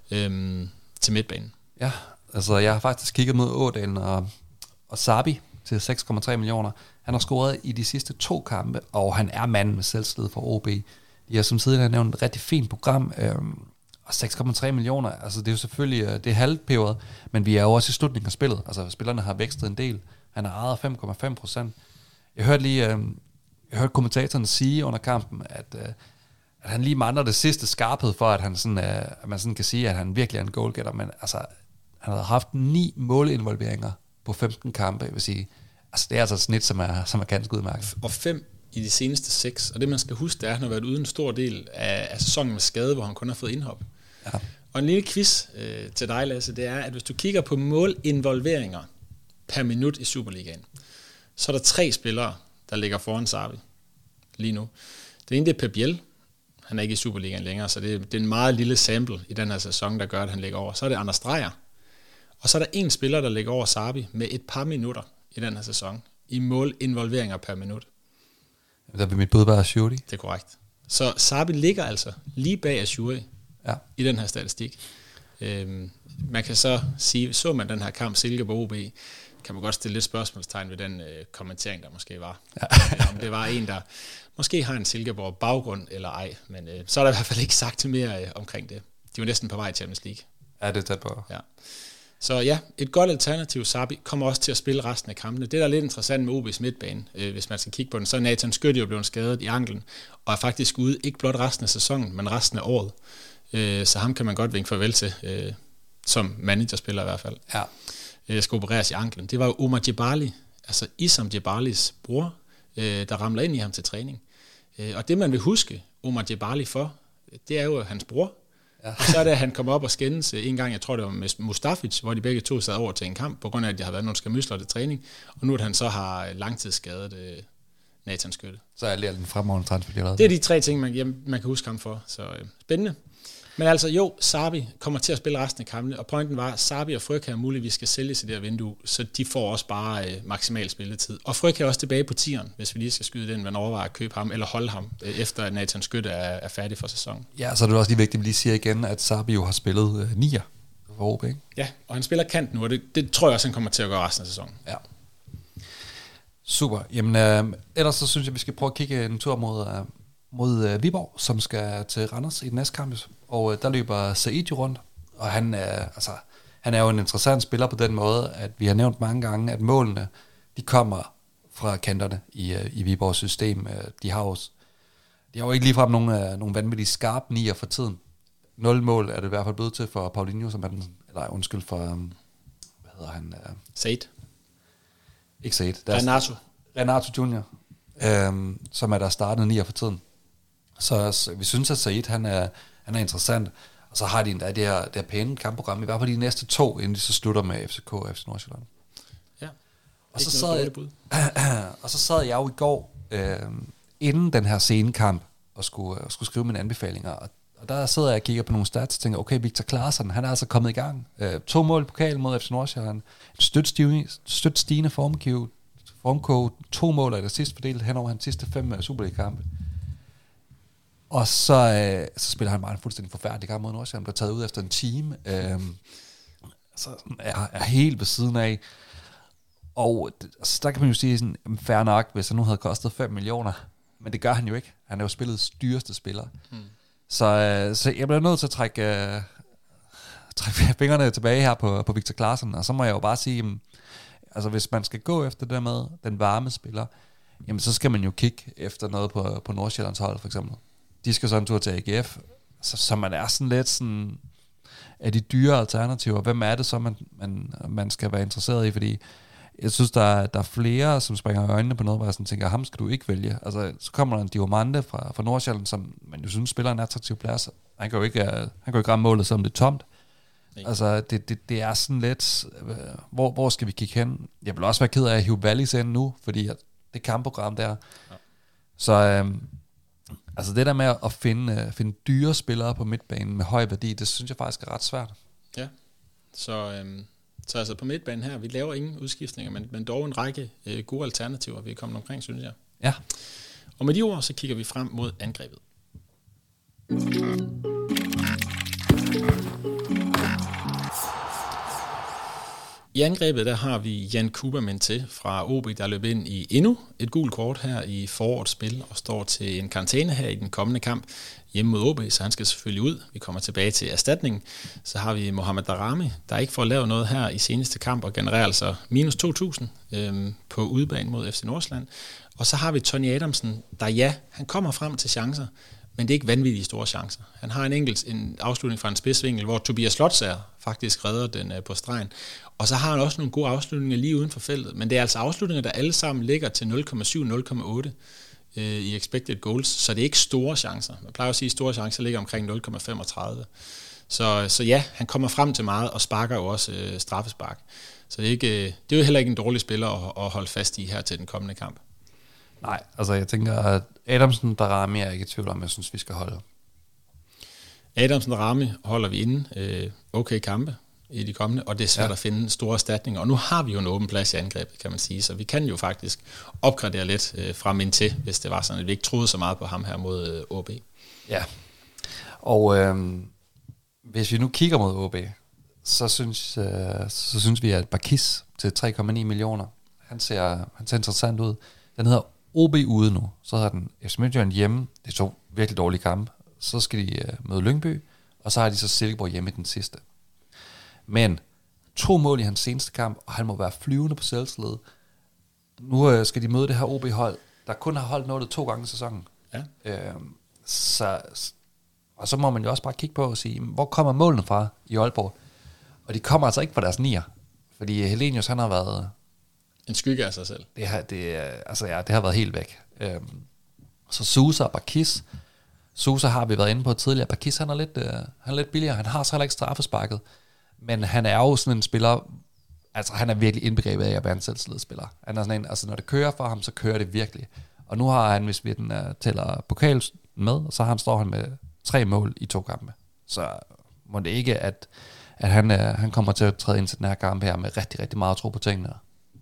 øh, til midtbanen. Ja, altså jeg har faktisk kigget mod Ådalen og, og Sabi til seks komma tre millioner. Han har scoret i de sidste to kampe, og han er manden med selvslid for O B. De har som tidligere nævnt et rigtig fint program, øhm, og seks komma tre millioner, altså det er jo selvfølgelig, det er halvpeberet, men vi er jo også i slutningen af spillet. Altså spillerne har vækstet en del. Han har ejet fem komma fem procent. Jeg hørte lige, øhm, jeg hørte kommentatoren sige under kampen, at, øh, at han lige mangler det sidste skarphed for, at, han sådan, øh, at man sådan kan sige, at han virkelig er en goalgetter, men altså han havde haft ni måleinvolveringer på femten kampe, jeg vil sige. Altså, det er altså et snit, som er, som er ganske udmærket. Og fem i de seneste seks. Og det, man skal huske, det er, at han har været ude en stor del af, af sæsonen med skade, hvor han kun har fået indhop. Ja. Og en lille quiz øh, til dig, Lasse, det er, at hvis du kigger på målinvolveringer per minut i Superligaen, så er der tre spillere, der ligger foran Sarvi lige nu. Den ene, det er Pep Biel. Han er ikke i Superligaen længere, så det, det er en meget lille sample i den her sæson, der gør, at han ligger over. Så er det Anders Dreyer. Og så er der en spiller, der ligger over Sarvi med et par minutter i den her sæson, i målinvolveringer per minut. Der vil mit bud være Ashuri. Det er korrekt. Så Sarvi ligger altså lige bag Ashuri ja. i den her statistik. Øhm, man kan så sige, så man den her kamp Silkeborg O B, kan man godt stille lidt spørgsmålstegn ved den øh, kommentering, der måske var. Ja. Om det var en, der måske har en Silkeborg baggrund eller ej, men øh, så er der i hvert fald ikke sagt til mere øh, omkring det. De var næsten på vej til Champions League. Ja, det er tæt på. Ja. Så ja, et godt alternativ. Sarbi kommer også til at spille resten af kampene. Det, der er lidt interessant med O B's midtbane, øh, hvis man skal kigge på den, så er Nathan Skytte jo blevet skadet i anklen, og er faktisk ude ikke blot resten af sæsonen, men resten af året. Øh, så ham kan man godt vinke farvel til, øh, som managerspiller i hvert fald. Ja. Øh, skal opereres i anklen. Det var jo Omar Djibali, altså Issam Djibalis bror, øh, der ramler ind i ham til træning. Øh, og det, man vil huske Omar Djibali for, det er jo hans bror. Ja. Og så er det, at han kom op og skændes en gang, jeg tror det var med Mustafic, hvor de begge to sad over til en kamp, på grund af, at de har været nogle skamysler til træning, og nu at han så har langtidsskadet øh, Nathan Skytte. Så er det en fremragende transfer. Det er de tre ting, man, jamen, man kan huske ham for, så øh, spændende. Men altså jo, Sarbi kommer til at spille resten af kampene, og pointen var, at Sarbi og Frøkær muligvis skal sælges i det her vindue, så de får også bare øh, maksimal spilletid. Og Frøkær er også tilbage på tieren, hvis vi lige skal skyde den, man overvejer at købe ham, eller holde ham, øh, efter at Nathan Skytte er, er færdig for sæsonen. Ja, så er det også lige vigtigt, at vi lige siger igen, at Sarbi jo har spillet øh, nier for O B, ikke? Ja, og han spiller kant nu, og det, det tror jeg også, han kommer til at gøre resten af sæsonen. Ja. Super. Jamen, øh, ellers så synes jeg, vi skal prøve at kigge en tur mod... Øh, mod øh, Viborg, som skal til Randers i den næste kamp, og øh, der løber Said jo rundt, og han er, altså, han er jo en interessant spiller på den måde, at vi har nævnt mange gange, at målene, de kommer fra kanterne i, øh, i Viborgs system. De har jo, de har jo ikke ligefrem nogle, øh, nogle vanvittige skarpe nier for tiden. Nul mål er det i hvert fald blevet til for Paulinho, som er den, eller undskyld for, um, hvad hedder han? Øh, Said. Ikke Said. Renato. Renato junior, øh, som er der startende nier for tiden. Så, så vi synes, at Said, han er, han er interessant. Og så har de endda det her, det her pæne kampprogram, i hvert fald de næste to, inden de så slutter med F C K og F C Nordsjælland. Ja. Og så, sad jeg, og så sad jeg jo i går, øh, inden den her senekamp, og skulle, og skulle skrive mine anbefalinger. Og, og der sidder jeg og kigger på nogle stats, og tænker, okay, Victor Claesson, han er altså kommet i gang. Øh, to mål i pokalen mod F C Nordsjælland. En støt stigende, støt stigende formkode, formkode, to mål af det sidste fordelt hen over hans sidste fem Superliga-kampe. Og så, øh, så spiller han bare en fuldstændig forfærdelig kamp mod Nordsjælland, der er taget ud efter en time. Øh, så er, er helt ved siden af. Og altså, der kan man jo sige sådan, fair nok, hvis han nu havde kostet fem millioner. Men det gør han jo ikke. Han er jo spillets dyreste spiller. Hmm. Så, øh, så jeg bliver nødt til at trække, øh, trække fingrene tilbage her på, på Victor Claesson. Og så må jeg jo bare sige, jamen, altså hvis man skal gå efter det med den varme spiller, jamen så skal man jo kigge efter noget på, på Nordsjællands hold for eksempel. De skal så en tur til A G F, så, så man er sådan lidt sådan, af de dyre alternativer, hvem er det så, man, man, man skal være interesseret i, fordi jeg synes, der er, der er flere, som springer i øjnene på noget, hvor jeg sådan tænker, ham skal du ikke vælge. Altså, så kommer der en Diomande fra, fra Nordsjælland, som man jo synes spiller en attraktiv plads. Han kan jo ikke, han kan jo ikke ramme målet, selvom det er tomt. Altså, det, det, det er sådan lidt, øh, hvor, hvor skal vi kigge hen? Jeg vil også være ked af at hive Wallis ind nu, fordi at det kampprogram der. Ja. Så øh, altså det der med at finde, uh, finde dyre spillere på midtbanen med høj værdi, det synes jeg faktisk er ret svært. Ja, så, øh, så altså på midtbanen her, vi laver ingen udskiftninger, men, men dog en række øh, gode alternativer, vi er kommet omkring, synes jeg. Ja. Og med de ord, så kigger vi frem mod angrebet. I angrebet der har vi Jan Kubermann til fra O B, der løb ind i endnu et gult kort her i forårets spil og står til en karantæne her i den kommende kamp hjemme mod O B, så han skal selvfølgelig ud. Vi kommer tilbage til erstatningen. Så har vi Mohamed Daramy, der ikke får lavet noget her i seneste kamp og genererer altså minus to tusind øhm, på udebane mod F C Nordsjælland. Og så har vi Tony Adamsen, der ja, han kommer frem til chancer, men det er ikke vanvittige store chancer. Han har en enkelt en afslutning fra en spidsvinkel, hvor Tobias Slotsager faktisk redder den øh, på stregen. Og så har han også nogle gode afslutninger lige uden for feltet, men det er altså afslutninger, der alle sammen ligger til nul komma syv til nul komma otte øh, i expected goals, så det er ikke store chancer. Man plejer at sige, at store chancer ligger omkring nul komma femogtredive. Så, så ja, han kommer frem til meget og sparker jo også øh, straffespark. Så det er, ikke, øh, det er jo heller ikke en dårlig spiller at, at holde fast i her til den kommende kamp. Nej, altså jeg tænker, at Adamsen, Daramy er ikke i tvivl om, jeg synes, vi skal holde. Adamsen og Daramy holder vi inde. Øh, okay kampe i de kommende, og det er svært ja. at finde store erstatninger. Og nu har vi jo en åben plads i angrebet, kan man sige, så vi kan jo faktisk opgradere lidt øh, fra min til, hvis det var sådan, at vi ikke troede så meget på ham her mod øh, O B. Ja, og øh, hvis vi nu kigger mod O B, så synes, øh, så synes vi, at Bakis til tre komma ni millioner, han ser, han ser interessant ud. Den hedder O B ude nu, så har den F C Midtjylland hjemme, det er to virkelig dårlige kampe, så skal de øh, møde Lyngby, og så har de så Silkeborg hjemme i den sidste. Men to mål i hans seneste kamp, og han må være flyvende på selvtillid. Nu øh, skal de møde det her O B-hold, der kun har holdt nullet to gange i sæsonen. Ja. Øh, så, og så må man jo også bare kigge på og sige, hvor kommer målene fra i Aalborg? Og de kommer altså ikke fra deres nier, fordi Helenius, han har været en skygge af sig selv. Det har, det, altså, ja, det har været helt væk. Øh, så Sousa og Bakis. Sousa har vi været inde på tidligere. Bakis, han er lidt, øh, han er lidt billigere. Han har så heller ikke straffesparket. Men han er jo sådan en spiller, altså han er virkelig indbegrebet af at være en selvtillidsspiller. Han er sådan en, altså når det kører for ham, så kører det virkelig. Og nu har han, hvis vi den, uh, tæller pokal med, så han står han med tre mål i to kampe. Så må det ikke, at, at han, uh, han kommer til at træde ind til den her kamp her med rigtig, rigtig meget tro på tingene.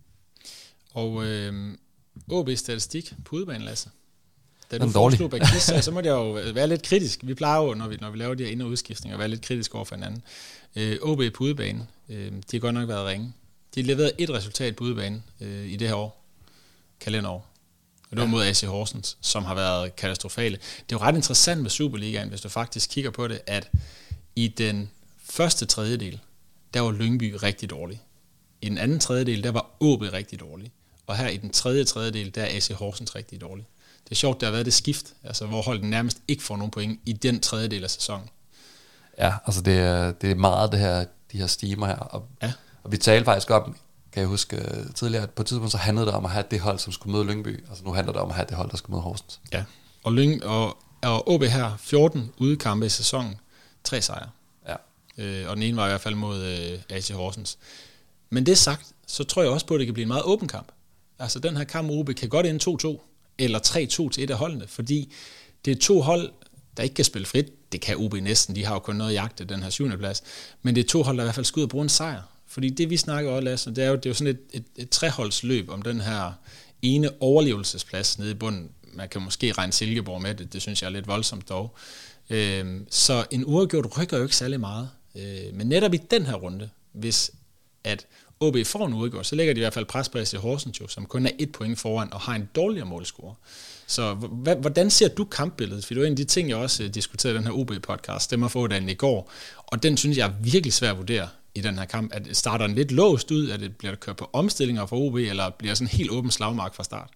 Og øh, O B statistik på udebane, Lasse. Da du foreslog Bakis, så må det jo være lidt kritisk. Vi plejer jo, når vi, når vi laver de her ind- og udskiftninger, at være lidt kritisk over for hinanden. Øh, O B på udebane, øh, de har godt nok været ringe. De har leveret et resultat på udebane øh, i det her år, kalenderår. Og det var mod A C Horsens, som har været katastrofale. Det er jo ret interessant med Superligaen, hvis du faktisk kigger på det, at i den første tredjedel, der var Lyngby rigtig dårlig. I den anden tredjedel, der var O B rigtig dårlig. Og her i den tredje tredjedel, der er A C Horsens rigtig dårlig. Det er sjovt, der har været det skift, altså hvor holdet nærmest ikke får nogen point i den tredjedel af sæsonen. Ja, altså det er, det er meget det her, de her stimer her. Og, ja. og vi talte faktisk om, kan jeg huske tidligere, at på et tidspunkt så handlede det om at have det hold, som skulle møde Lyngby. Altså nu handler det om at have det hold, der skal møde Horsens. Ja, og, Lyng, og, og O B her, fjorten udekampe i sæsonen, tre sejre. Ja. Øh, og den ene var i hvert fald mod øh, A C Horsens. Men det sagt, så tror jeg også på, at det kan blive en meget åben kamp. Altså den her kamp O B kan godt ende to to, eller tre to til et af holdene, fordi det er to hold, der ikke kan spille frit. Det kan O B næsten, de har jo kun noget at jagte, den her syvende plads. Men det er to hold, der i hvert fald skal ud og bruge en sejr. Fordi det vi snakker om, Lasse, det er jo, det er jo sådan et, et, et treholdsløb om den her ene overlevelsesplads nede i bunden. Man kan måske regne Silkeborg med det, det synes jeg er lidt voldsomt dog. Øhm, så en uafgjort rykker jo ikke særlig meget. Øh, men netop i den her runde, hvis at O B får en uafgjort, så lægger de i hvert fald pres på A C Horsens, som kun er et point foran og har en dårligere målscore. Så hvordan ser du kampbilledet? For det var en af de ting, jeg også diskuterede i den her O B-podcast, Stemmer for den i går, og den synes jeg er virkelig svær at vurdere i den her kamp. At starter den lidt låst ud, at det bliver der kørt på omstillinger for O B, eller bliver sådan en helt åben slagmark fra start?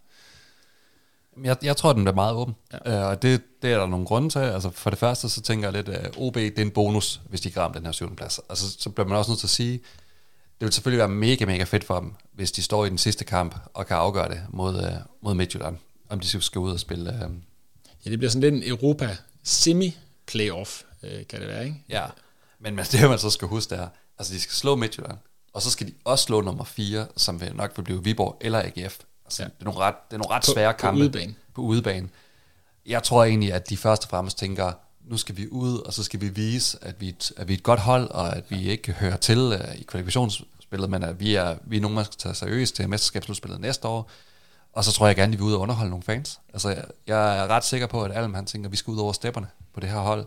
Jeg, jeg tror, den bliver meget åben, ja. øh, og det, det er der nogle grunde til. Altså for det første, så tænker jeg lidt, at O B det er en bonus, hvis de kan ramme den her syvende plads. Altså så bliver man også nødt til at sige, det vil selvfølgelig være mega, mega fedt for dem, hvis de står i den sidste kamp og kan afgøre det mod, uh, mod Midtjylland, om de skal ud og spille. Uh... Ja, det bliver sådan lidt en Europa semi-playoff, øh, kan det være, ikke? Ja, Men, men det, man så skal huske, det er, altså de skal slå Midtjylland, og så skal de også slå nummer fire, som vil nok vil blive Viborg eller A G F. Altså, ja. det, er nogle ret, det er nogle ret på, svære kampe. På udebane. På udebane. Jeg tror egentlig, at de først og fremmest tænker, nu skal vi ud, og så skal vi vise, at vi, et, at vi er et godt hold, og at vi ikke hører til uh, i kvalifikationsspillet, men at vi er, vi er nogen, man skal tage seriøst til mesterskabsslutspillet næste år. Og så tror jeg gerne, at vi vil ud og underholde nogle fans. Altså, jeg, jeg er ret sikker på, at Alm, han tænker, at vi skal ud over stepperne på det her hold.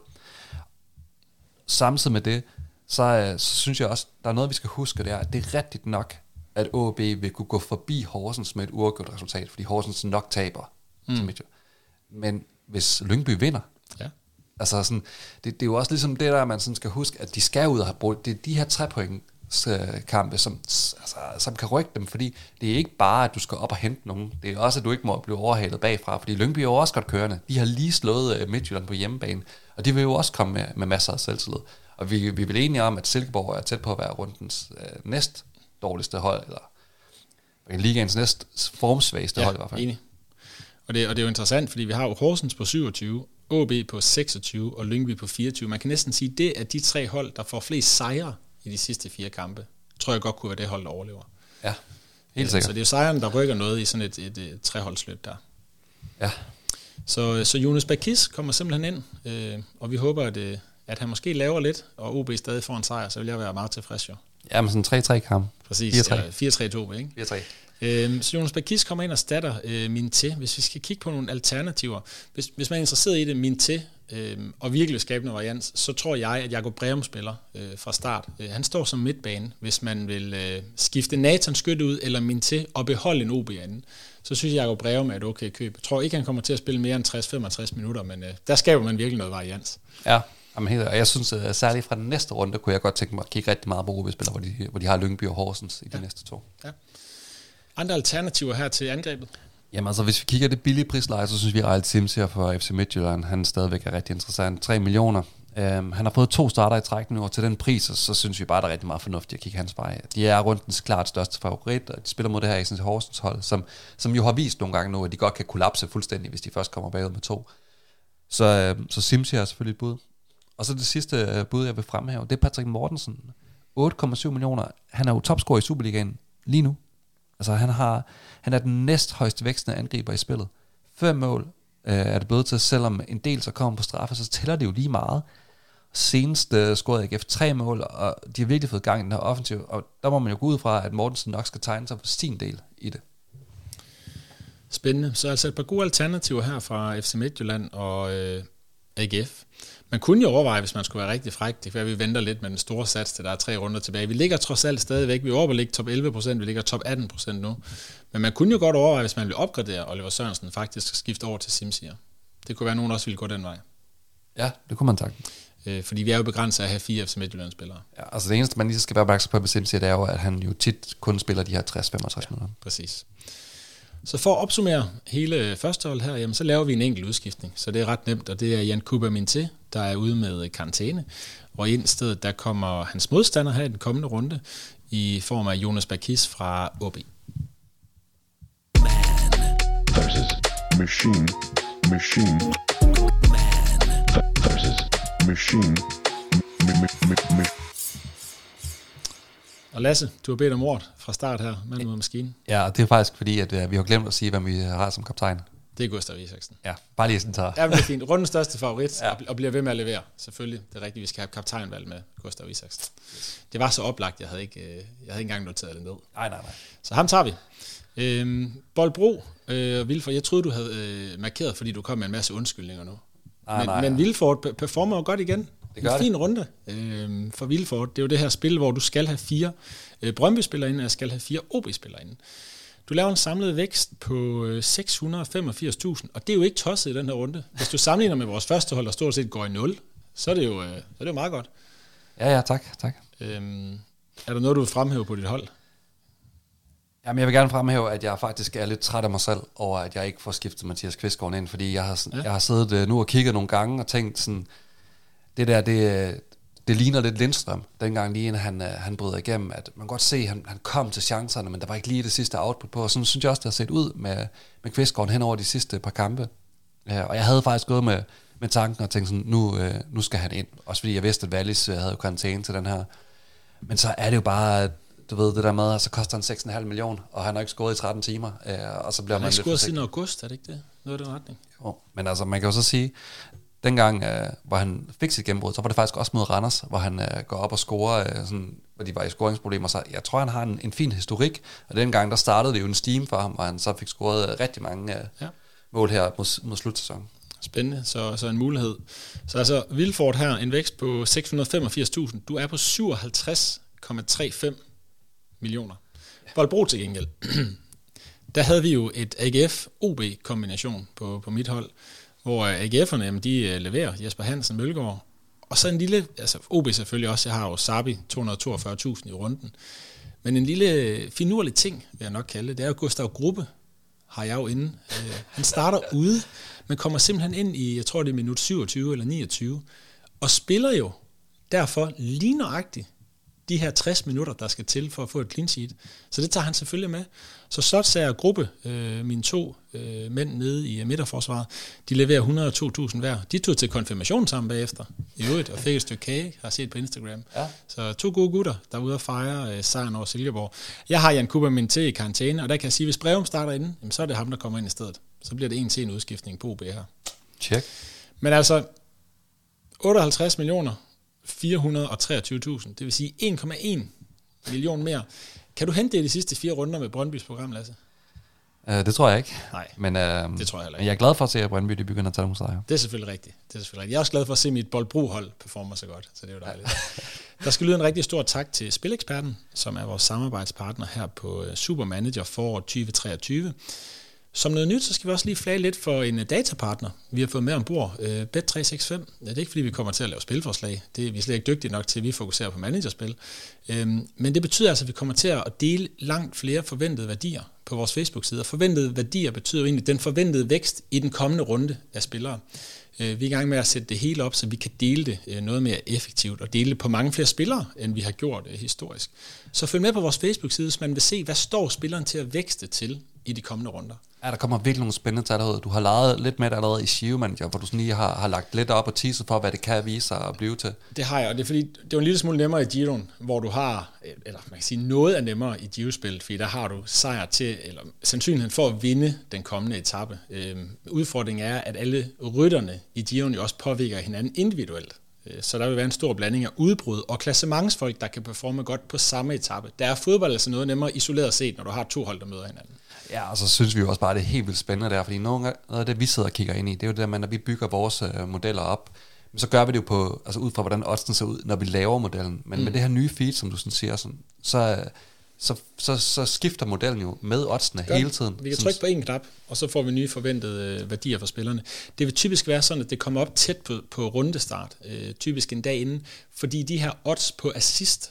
Samtidig med det, så, så synes jeg også, der er noget, vi skal huske, det er, at det er rigtigt nok, at O B vil kunne gå forbi Horsens med et uafgjort resultat, fordi Horsens nok taber. Mm. Men hvis Lyngby vinder, ja. altså sådan, det, det er jo også ligesom det der, man sådan skal huske, at de skal ud og have brugt, det er de her tre point kampe, som, altså, som kan rykke dem, fordi det er ikke bare, at du skal op og hente nogen, det er også, at du ikke må blive overhalet bagfra, fordi Lyngby er jo også godt kørende. De har lige slået Midtjylland på hjemmebane, og de vil jo også komme med, med masser af selvtillid. Og vi, vi er vel enige om, at Silkeborg er tæt på at være rundens øh, næst dårligste hold, eller ligaens næst formsvageste ja, hold i hvert fald. Enig. Og det, og det er jo interessant, fordi vi har jo Horsens på syvogtyve, O B på seksogtyve og Lyngby på fireogtyve. Man kan næsten sige, det er de tre hold, der får flest sejre i de sidste fire kampe. Tror jeg godt kunne være det hold, der overlever. Ja, helt sikkert. Så det er jo sejren, der rykker noget i sådan et, et, et treholdsløb der. Ja. Så, så Jonas Bakis kommer simpelthen ind, øh, og vi håber, at, at han måske laver lidt, og O B stadig får en sejr, så vil jeg være meget tilfreds jo. Ja, men sådan en tre-tre kamp. Præcis, fire tre to, ikke? fire tre. Øhm, så Jonas Bakis kommer ind og starter øh, min til. Hvis vi skal kigge på nogle alternativer, hvis, hvis man er interesseret i det, min til, øh, og virkelig skabe noget varians, så tror jeg, at Jakob Breum spiller øh, fra start. Øh, han står som midtbane, hvis man vil øh, skifte Nathan Skytte ud, eller min til, og beholde en O B anden. Så synes jeg, at Jakob Breum er et okay køb. Jeg tror ikke, han kommer til at spille mere end tres til femogtres minutter, men øh, der skaber man virkelig noget varians. Ja. Jamen, helt, og jeg synes, at særligt fra den næste runde, kunne jeg godt tænke mig at kigge rigtig meget på O B-spillere, hvor de, hvor de har Lyngby og Horsens i de ja. næste to. Ja. Andre alternativer her til angrebet? Jamen altså, hvis vi kigger det billige prisleje, så synes vi, at Ejl Sims her for F C Midtjylland, han stadigvæk er rigtig interessant. tre millioner. Um, han har fået to starter i træk nu, og til den pris, så, så synes vi bare, der er rigtig meget fornuftigt at kigge hans vej. De er rundens klart største favorit, og de spiller mod det her Assens Horsens hold, som, som jo har vist nogle gange nu, at de godt kan kollapse fuldstændig, hvis de først kommer bagud med to. Så, så Sims her er selvfølgelig et bud. Og så det sidste bud, jeg vil fremhæve, det er Patrick Mortensen. otte komma syv millioner. Han er jo topscorer i Superligaen lige nu. Altså han har han er den næsthøjst vækstende angriber i spillet. Fem mål øh, er det blevet til, selvom en del så kommer på straffe, så tæller det jo lige meget. Senest øh, scorede A G F tre mål, og de har virkelig fået gang i den her offensiv, og der må man jo gå ud fra, at Mortensen nok skal tegne sig for sin del i det. Spændende. Så altså et par gode alternativer her fra F C Midtjylland og øh, A G F. Man kunne jo overveje, hvis man skulle være rigtig fræk, det kan være, at vi venter lidt med den store sats, til der er tre runder tilbage. Vi ligger trods alt stadigvæk, vi er over at ligge top elleve procent, vi ligger top atten procent nu. Men man kunne jo godt overveje, hvis man vil opgradere Oliver Sørensen, faktisk skifte over til Simsier. Det kunne være, at nogen også ville gå den vej. Ja, det kunne man sagt. Øh, fordi vi er jo begrænset af at have fire F C Midtjylland-spillere. Ja, altså det eneste, man lige skal være opmærksom på med Simsier, det er jo, at han jo tit kun spiller de her tres til femogtres ja, minutter. Præcis. Så for at opsummere hele første hold her, jamen, så laver vi en enkelt udskiftning, så det er ret nemt, og det er Jan Kuba Minté, der er ude med karantæne, og ind i stedet, der kommer hans modstander her i den kommende runde, i form af Jonas Bakis fra O B. Man versus machine, machine. Man versus machine, Og Lasse, du har bedt om ord fra start her, mand mod maskinen. Ja, og det er faktisk fordi, at uh, vi har glemt at sige, hvem vi har som kaptajn. Det er Gustav Isaksen. Ja, bare lige sådan tager. Ja, men det er fint. Rundens største favorit, ja. Og bliver ved med at levere. Selvfølgelig, det er rigtigt, vi skal have kaptajnvalg med Gustav Isaksen. Det var så oplagt, jeg havde ikke, jeg havde ikke engang noteret det ned. Nej, nej, nej. Så ham tager vi. Øhm, Boldbro, øh, Vilfort, jeg troede, du havde øh, markeret, fordi du kom med en masse undskyldninger nu. Nej, men, nej, men Vilfort performer jo godt igen. Det gør en fin det. runde øh, for Vilfort. Det er jo det her spil, hvor du skal have fire øh, Brøndby-spillere inde, og skal have fire O B-spillere inde. Du laver en samlet vækst på øh, seks hundrede og femogfirs tusind, og det er jo ikke tosset i den her runde. Hvis du sammenligner med vores første hold, der stort set går i nul, så er det jo, øh, så er det jo meget godt. Ja, ja, tak, tak. Øhm, er der noget, du vil fremhæve på dit hold? Jamen, jeg vil gerne fremhæve, at jeg faktisk er lidt træt af mig selv over, at jeg ikke får skiftet Mathias Kvistgaard ind, fordi jeg har, ja. jeg har siddet uh, nu og kigget nogle gange og tænkt sådan, det der, det, det ligner lidt Lindstrøm, dengang lige inden han, uh, han bryder igennem, at man kan godt se, at han, han kom til chancerne, men der var ikke lige det sidste output på, og sådan synes jeg også, det har set ud med, med Kvistgaard hen over de sidste par kampe. Uh, og jeg havde faktisk gået med, med tanken og tænkte sådan, nu, øh, nu skal han ind. Også fordi jeg vidste, at Wallis havde jo karantæne til den her. Men så er det jo bare, du ved, det der med, at så koster han seks komma fem millioner, og han har ikke scoret i tretten timer. Øh, og så bliver han man har lidt scoret siden august, er det ikke det? Noget af den retning. Jo, men altså, man kan jo så sige, dengang, øh, hvor han fik sit gennembrud, så var det faktisk også mod Randers, hvor han øh, går op og scorer, øh, sådan, hvor de var i scoringsproblemer. Så jeg tror, han har en, en fin historik, og dengang, der startede det jo en steam for ham, og han så fik scoret øh, rigtig mange øh, ja. mål her mod, mod slutsæsonen. Spændende, så, så en mulighed. Så altså, Vilfort her, en vækst på seks hundrede og femogfirs tusind. Du er på syvoghalvtreds komma tredive millioner. Bolbro til gengæld. Der havde vi jo et A G F-O B-kombination på, på mit hold, hvor A G F'erne, jamen, de leverer Jesper Hansen Mølgaard. Og så en lille, altså O B selvfølgelig også, jeg har jo Sabi, to hundrede og toogfyrre tusind i runden. Men en lille finurlig ting, vil jeg nok kalde det, det er jo Gustav Gruppe, har jeg jo inde. Øh, han starter ude, men kommer simpelthen ind i, jeg tror det er minut syvogtyve eller niogtyve, og spiller jo derfor lige nøjagtigt de her tres minutter, der skal til for at få et clean sheet. Så det tager han selvfølgelig med. Så Slotsager Gruppe, øh, mine to øh, mænd nede i midterforsvaret, de leverer et hundrede og to tusind hver. De tog til konfirmation sammen bagefter, i øvrigt, og fik et stykke kage, har set på Instagram. Ja. Så to gode gutter, der er ude at fejre øh, sejren over Silkeborg. Jeg har Jan Kuba min til i karantæne, og der kan jeg sige, hvis Breum starter inden, jamen, så er det ham, der kommer ind i stedet. Så bliver det en til en udskiftning på O B her. Check. Men altså, otteoghalvtreds millioner, fire hundrede og treogtyve tusind, det vil sige en komma en million mere. Kan du hente det i de sidste fire runder med Brøndbys program, Lasse? Uh, det tror jeg ikke. Nej, men, uh, det tror jeg heller ikke. Men jeg er glad for at se, at Brøndby de begynder at tage nogle sejre. Det er selvfølgelig rigtigt. Det er selvfølgelig rigtigt. Jeg er også glad for at se mit Bolbro-hold performer så godt, så det er jo dejligt. Der skal lyde en rigtig stor tak til Spileksperten, som er vores samarbejdspartner her på Super Manager foråret tyve treogtyve. Som noget nyt, så skal vi også lige flage lidt for en datapartner, vi har fået med ombord, uh, Bet tre seks fem. Det er ikke, fordi vi kommer til at lave spilforslag. Det er vi slet ikke dygtige nok til, at vi fokuserer på managerspil. Um, men det betyder altså, at vi kommer til at dele langt flere forventede værdier på vores Facebook-side. Forventede værdier betyder jo egentlig den forventede vækst i den kommende runde af spillere. Uh, vi er i gang med at sætte det hele op, så vi kan dele det uh, noget mere effektivt, og dele det på mange flere spillere, end vi har gjort uh, historisk. Så følg med på vores Facebook-side, hvis man vil se, hvad står spilleren til at vækste til i de kommende runder. Ja, der kommer virkelig nogle spændende tal derud. Du har leget lidt med det allerede i Shield Manager, hvor du sådan lige har, har lagt lidt op og teaset for, hvad det kan vise sig at blive til. Det har jeg, og det er fordi, det er en lille smule nemmere i Giroen, hvor du har, eller man kan sige, noget er nemmere i Giro-spillet, fordi der har du sejr til, eller sandsynligheden for at vinde den kommende etape. Øhm, udfordringen er, at alle rytterne i Giroen jo også påvirker hinanden individuelt. Så der vil være en stor blanding af udbrud og klassementsfolk, der kan performe godt på samme etape. Der er fodbold altså noget nemmere isoleret set, når du har to hold, der møder hinanden. Ja, og så synes vi jo også bare, at det er helt vildt spændende der, fordi noget af det, vi sidder og kigger ind i, det er jo det, at når vi bygger vores uh, modeller op, så gør vi det jo på, altså ud fra, hvordan oddsen ser ud, når vi laver modellen. Men mm. med det her nye feed, som du sådan siger, sådan, så, så, så, så skifter modellen jo med oddsene hele tiden. Vi kan trykke på en knap, og så får vi nye forventede øh, værdier for spillerne. Det vil typisk være sådan, at det kommer op tæt på, på rundestart, øh, typisk en dag inden, fordi de her odds på assist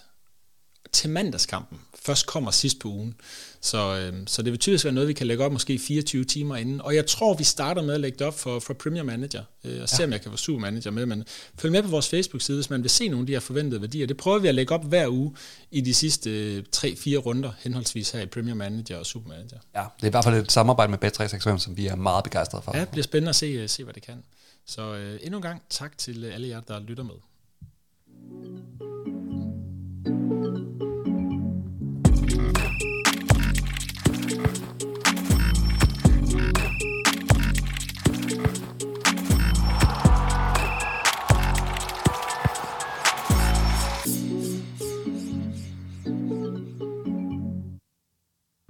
til mandagskampen først kommer sidst på ugen. Så, øh, så det vil typisk være noget, vi kan lægge op måske fireogtyve timer inden. Og jeg tror, vi starter med at lægge det op for, for Premier Manager, øh, og se ja. om jeg kan få Super Manager med. Men følg med på vores Facebook-side, hvis man vil se nogle af de her forventede værdier. Det prøver vi at lægge op hver uge i de sidste tre fire runder, henholdsvis her i Premier Manager og Super Manager. Ja, det er i hvert fald et samarbejde med Bet tre seks fem, som vi er meget begejstrede for. Ja, det bliver spændende at se, se hvad det kan. Så øh, endnu en gang tak til alle jer, der lytter med.